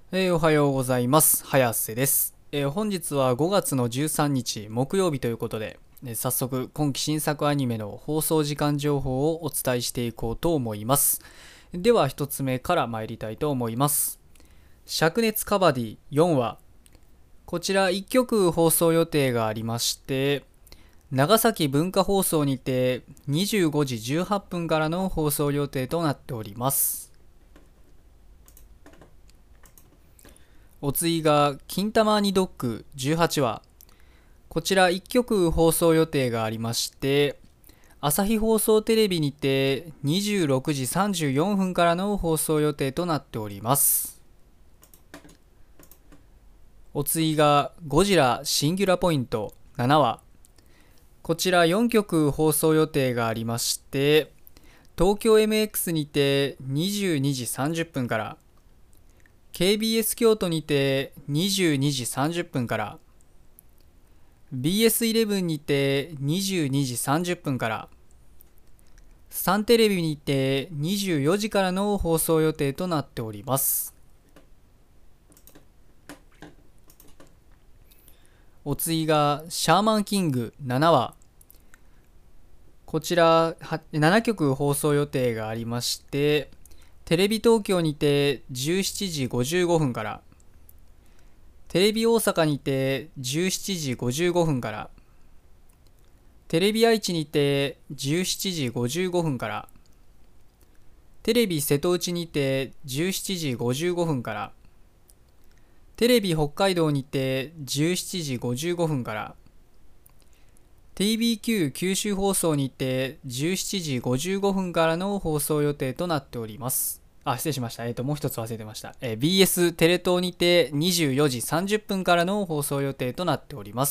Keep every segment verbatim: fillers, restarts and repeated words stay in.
えーおはようございます。早瀬です。えー本日はごがつのじゅうさんにち木曜日ということで、えー早速今期新作アニメの放送時間情報をお伝えしていこうと思います。では一つ目から参りたいと思います。灼熱カバディよんわ。こちらいっきょく放送予定がありまして、長崎文化放送にてにじゅうごじじゅうはっぷんからの放送予定となっております。お次が金玉アニドッグじゅうはちわ。こちらいっきょく放送予定がありまして、朝日放送テレビにてにじゅうろくじさんじゅうよんぷんからの放送予定となっております。お次がゴジラシンギュラポイントななわ。こちらよんきょく放送予定がありまして、東京 エムエックス にてにじゅうにじさんじゅっぷんから、ケービーエス 京都にてにじゅうにじさんじゅっぷんから、ビーエスイレブン にてにじゅうにじさんじゅっぷんから、サンテレビにてにじゅうよじからの放送予定となっております。お次がシャーマンキングななわ。こちらななきょく放送予定がありまして、テレビ東京にてじゅうしちじごじゅうごふんから、テレビ大阪にてじゅうしちじごじゅうごふんから、テレビ愛知にてじゅうしちじごじゅうごふんから、テレビ瀬戸内にてじゅうしちじごじゅうごふんから、テレビ北海道にてじゅうしちじごじゅうごふんから、ティービーキュー 九州放送にてじゅうしちじごじゅうごふんからの放送予定となっております。あ、失礼しました。えっ、と、もう一つ忘れてました。えー ビーエス テレ東にてにじゅうよじさんじゅっぷんからの放送予定となっております。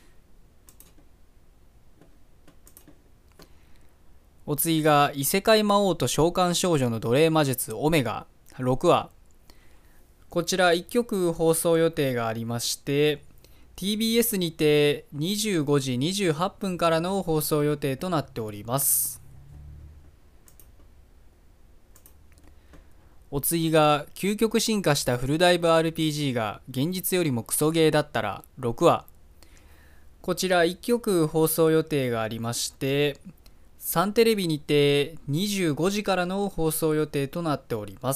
お次が異世界魔王と召喚少女の奴隷魔術オメガろくわ。こちらいっきょく放送予定がありまして、ティービーエス にてにじゅうごじにじゅうはっぷんからの放送予定となっております。お次が究極進化したフルダイブ アールピージー が現実よりもクソゲーだったらろくわ。こちらいっきょく放送予定がありまして、サンテレビにてにじゅうごじからの放送予定となっております。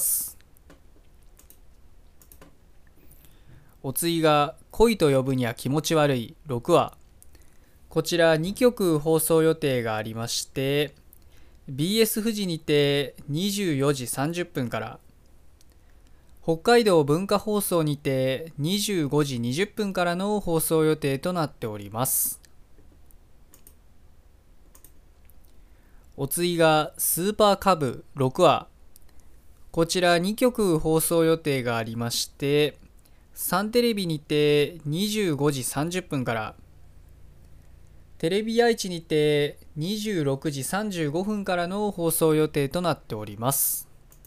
お次が恋と呼ぶには気持ち悪いろくわ。こちらにきょく放送予定がありまして、ビーエス 富士にてにじゅうよじさんじゅっぷんから、北海道文化放送にてにじゅうごじにじゅっぷんからの放送予定となっております。お次がスーパーカブろくわ。こちらにきょく放送予定がありまして、サンテレビにてにじゅうごじさんじゅっぷんから、テレビ愛知にてにじゅうろくじさんじゅうごふんからの放送予定となっております。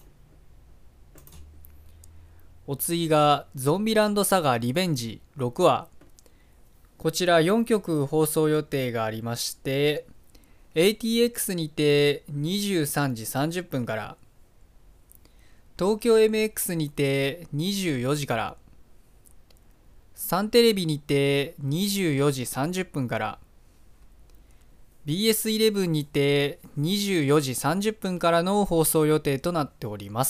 お次がゾンビランドサガリベンジろくわ。こちらよんきょく放送予定がありまして、エーティーエックス にてにじゅうさんじさんじゅっぷんから、東京 エムエックス にてにじゅうよじから、サンテレビにてにじゅうよじさんじゅっぷんから、ビーエスイレブン にてにじゅうよじさんじゅっぷんからの放送予定となっております。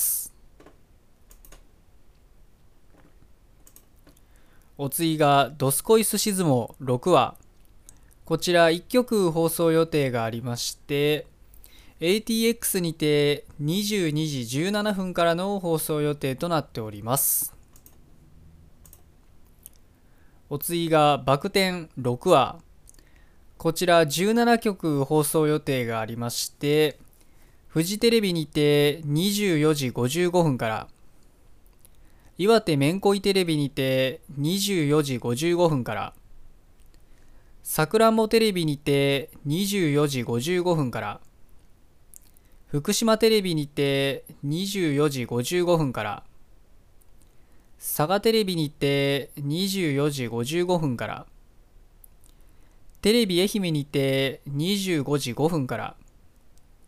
お次がドスコイスシズモろくわ。こちらいっきょく放送予定がありまして、エーティーエックス にてにじゅうにじじゅうななふんからの放送予定となっております。お次がバク転ろくわ。こちらじゅうななきょく放送予定がありまして、フジテレビにてにじゅうよじごじゅうごふんから、岩手めんこいテレビにてにじゅうよじごじゅうごふんから、さくらんぼテレビにてにじゅうよじごじゅうごふんから、福島テレビにてにじゅうよじごじゅうごふんから、佐賀テレビにてにじゅうよじごじゅうごふんから、テレビ愛媛にてにじゅうごじごふんから、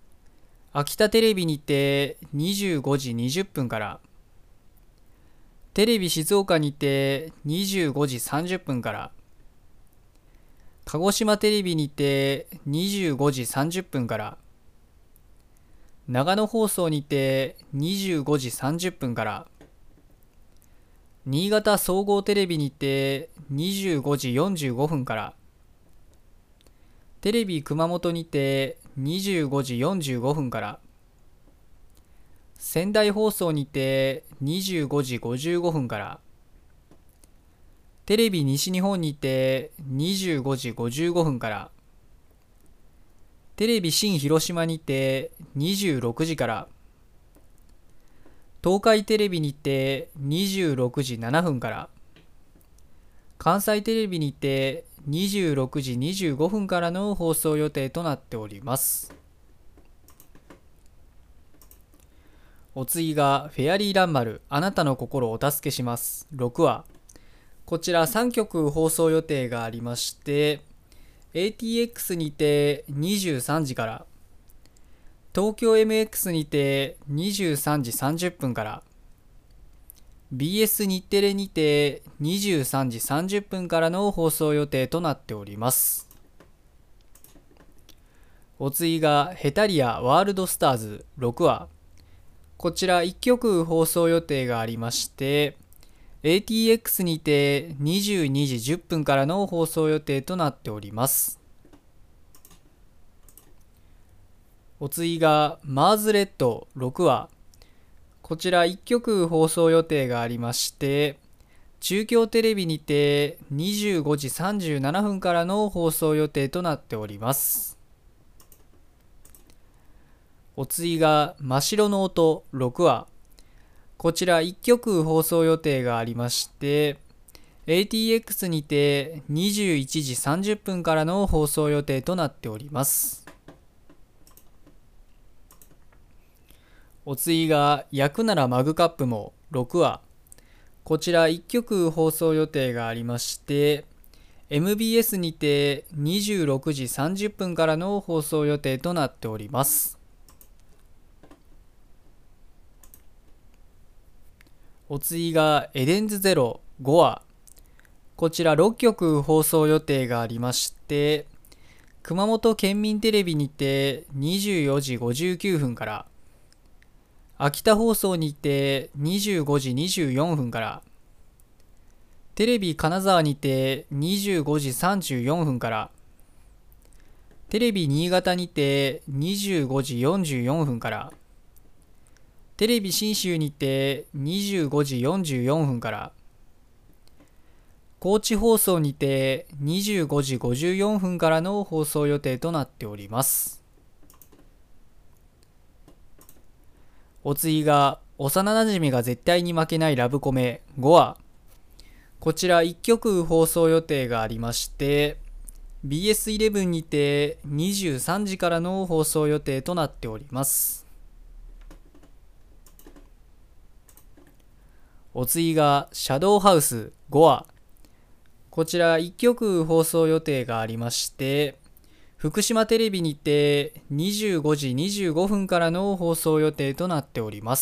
秋田テレビにてにじゅうごじにじゅっぷんから、 テレビ静岡にてにじゅうごじさんじゅっぷんから、鹿児島テレビにてにじゅうごじさんじゅっぷんから、長野放送にてにじゅうごじさんじゅっぷんから、新潟総合テレビにてにじゅうごじよんじゅうごふんから、テレビ熊本にてにじゅうごじよんじゅうごふんから、仙台放送にてにじゅうごじごじゅうごふんから、テレビ西日本にてにじゅうごじごじゅうごふんから、テレビ新広島にてにじゅうろくじから、東海テレビにてにじゅうろくじななふんから、関西テレビにてにじゅうろくじにじゅうごふんからの放送予定となっております。お次がフェアリーランマルあなたの心をお助けしますろくわ。こちらさんきょく放送予定がありまして、 エーティーエックス にてにじゅうさんじから、東京 エムエックス にてにじゅうさんじさんじゅっぷんから、 ビーエス 日テレにてにじゅうさんじさんじゅっぷんからの放送予定となっております。お次がヘタリアワールドスターズろくわ。こちらいっきょく放送予定がありまして、 エーティーエックス にてにじゅうにじじゅっぷんからの放送予定となっております。お次がマーズレッドろくわ。こちらいっきょく放送予定がありまして、中京テレビにてにじゅうごじさんじゅうななふんからの放送予定となっております。お次が真白の音ろくわ。こちらいっきょく放送予定がありまして、エーティーエックス にてにじゅういちじさんじゅっぷんからの放送予定となっております。お次が焼くならマグカップもろくわ。こちらいっきょく放送予定がありまして、エムビーエス にてにじゅうろくじさんじゅっぷんからの放送予定となっております。お次がエデンズゼロごわ。こちらろっきょく放送予定がありまして、熊本県民テレビにてにじゅうよじごじゅうきゅうふんから、秋田放送にてにじゅうごじにじゅうよんふんから、テレビ金沢にてにじゅうごじさんじゅうよんふんから、テレビ新潟にてにじゅうごじよんじゅうよんふんから、テレビ信州にてにじゅうごじよんじゅうよんふんから、高知放送にてにじゅうごじごじゅうよんふんからの放送予定となっております。お次が幼なじみが絶対に負けないラブコメごわ。こちらいっきょく放送予定がありまして、ビーエスイレブン にてにじゅうさんじからの放送予定となっております。お次がシャドウハウスごわ。こちらいっきょく放送予定がありまして、福島テレビにてにじゅうごじにじゅうごふんからの放送予定となっております。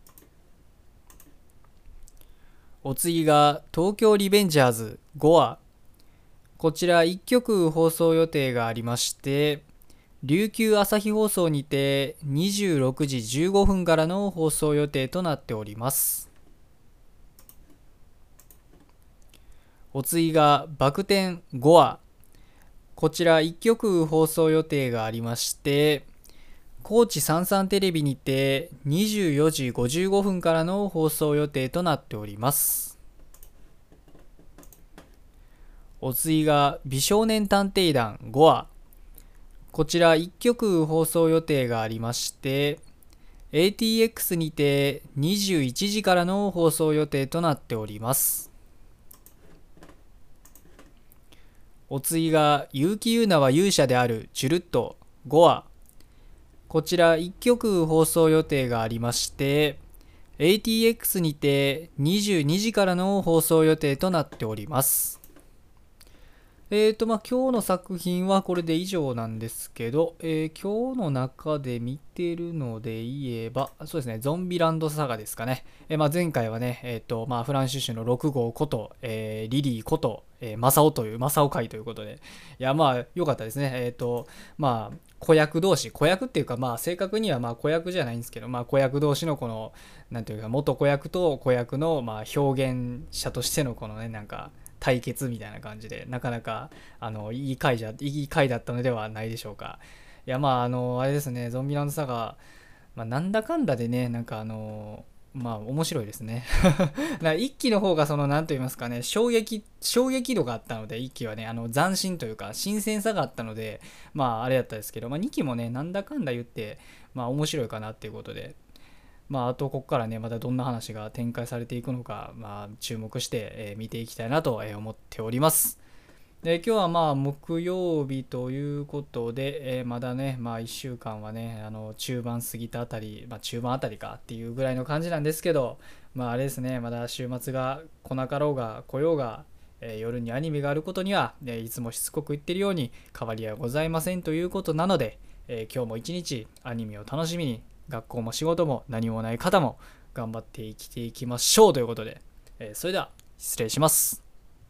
お次が東京リベンジャーズごわ。こちらいっきょく放送予定がありまして、琉球朝日放送にてにじゅうろくじじゅうごふんからの放送予定となっております。お次がバク転ごわ。こちらいっきょく放送予定がありまして、高知さんさんテレビにてにじゅうよじごじゅうごふんからの放送予定となっております。お次が美少年探偵団ごわ。こちらいっきょく放送予定がありまして、エーティーエックス にてにじゅういちじからの放送予定となっております。お次が結城優奈は勇者であるチュルッとごわ。こちらいっきょく放送予定がありまして、エーティーエックス にてにじゅうにじからの放送予定となっております。 えーと、まあ、今日の作品はこれで以上なんですけど、えー今日の中で見てるので言えば、そうですね、ゾンビランドサガですかね。えーまあ、前回はね、えーと、まあ、フランシュシュのろく号こと、えーリリーこと、えーマサオという、マサオ会ということで、いや、まあ、良かったですね。えーと、まあ、子役同士、子役っていうか、まあ、正確にはまあ子役じゃないんですけど、まあ、子役同士のこの、なんていうか、元子役と子役のまあ表現者としてのこのね、なんか、対決みたいな感じで、なかなか、あの、いい回じゃ、いい回だったのではないでしょうか。いや、まあ、あの、あれですね、ゾンビランドサガ、まあ、なんだかんだでね、なんかあの、まあ、面白いですね。な一期の方が、その、なんと言いますかね、衝撃、衝撃度があったので、一期はね、あの、斬新というか、新鮮さがあったので、まあ、あれだったですけど、まあ、二期もね、なんだかんだ言って、まあ、面白いかなっていうことで、まあ、あとここからね、またどんな話が展開されていくのか、まあ、注目して、えー見ていきたいなとえー思っております。で、今日はまあ、木曜日ということで、えーまだね、まあ、いっしゅうかんはね、あの、中盤過ぎたあたり、まあ、中盤あたりかっていうぐらいの感じなんですけど、まあ、あれですね、まだ週末が来なかろうが来ようが、えー夜にアニメがあることには、えーいつもしつこく言ってるように変わりはございませんということなので、えー今日も一日アニメを楽しみに学校も仕事も何もない方も頑張って生きていきましょうということで、えーそれでは失礼します。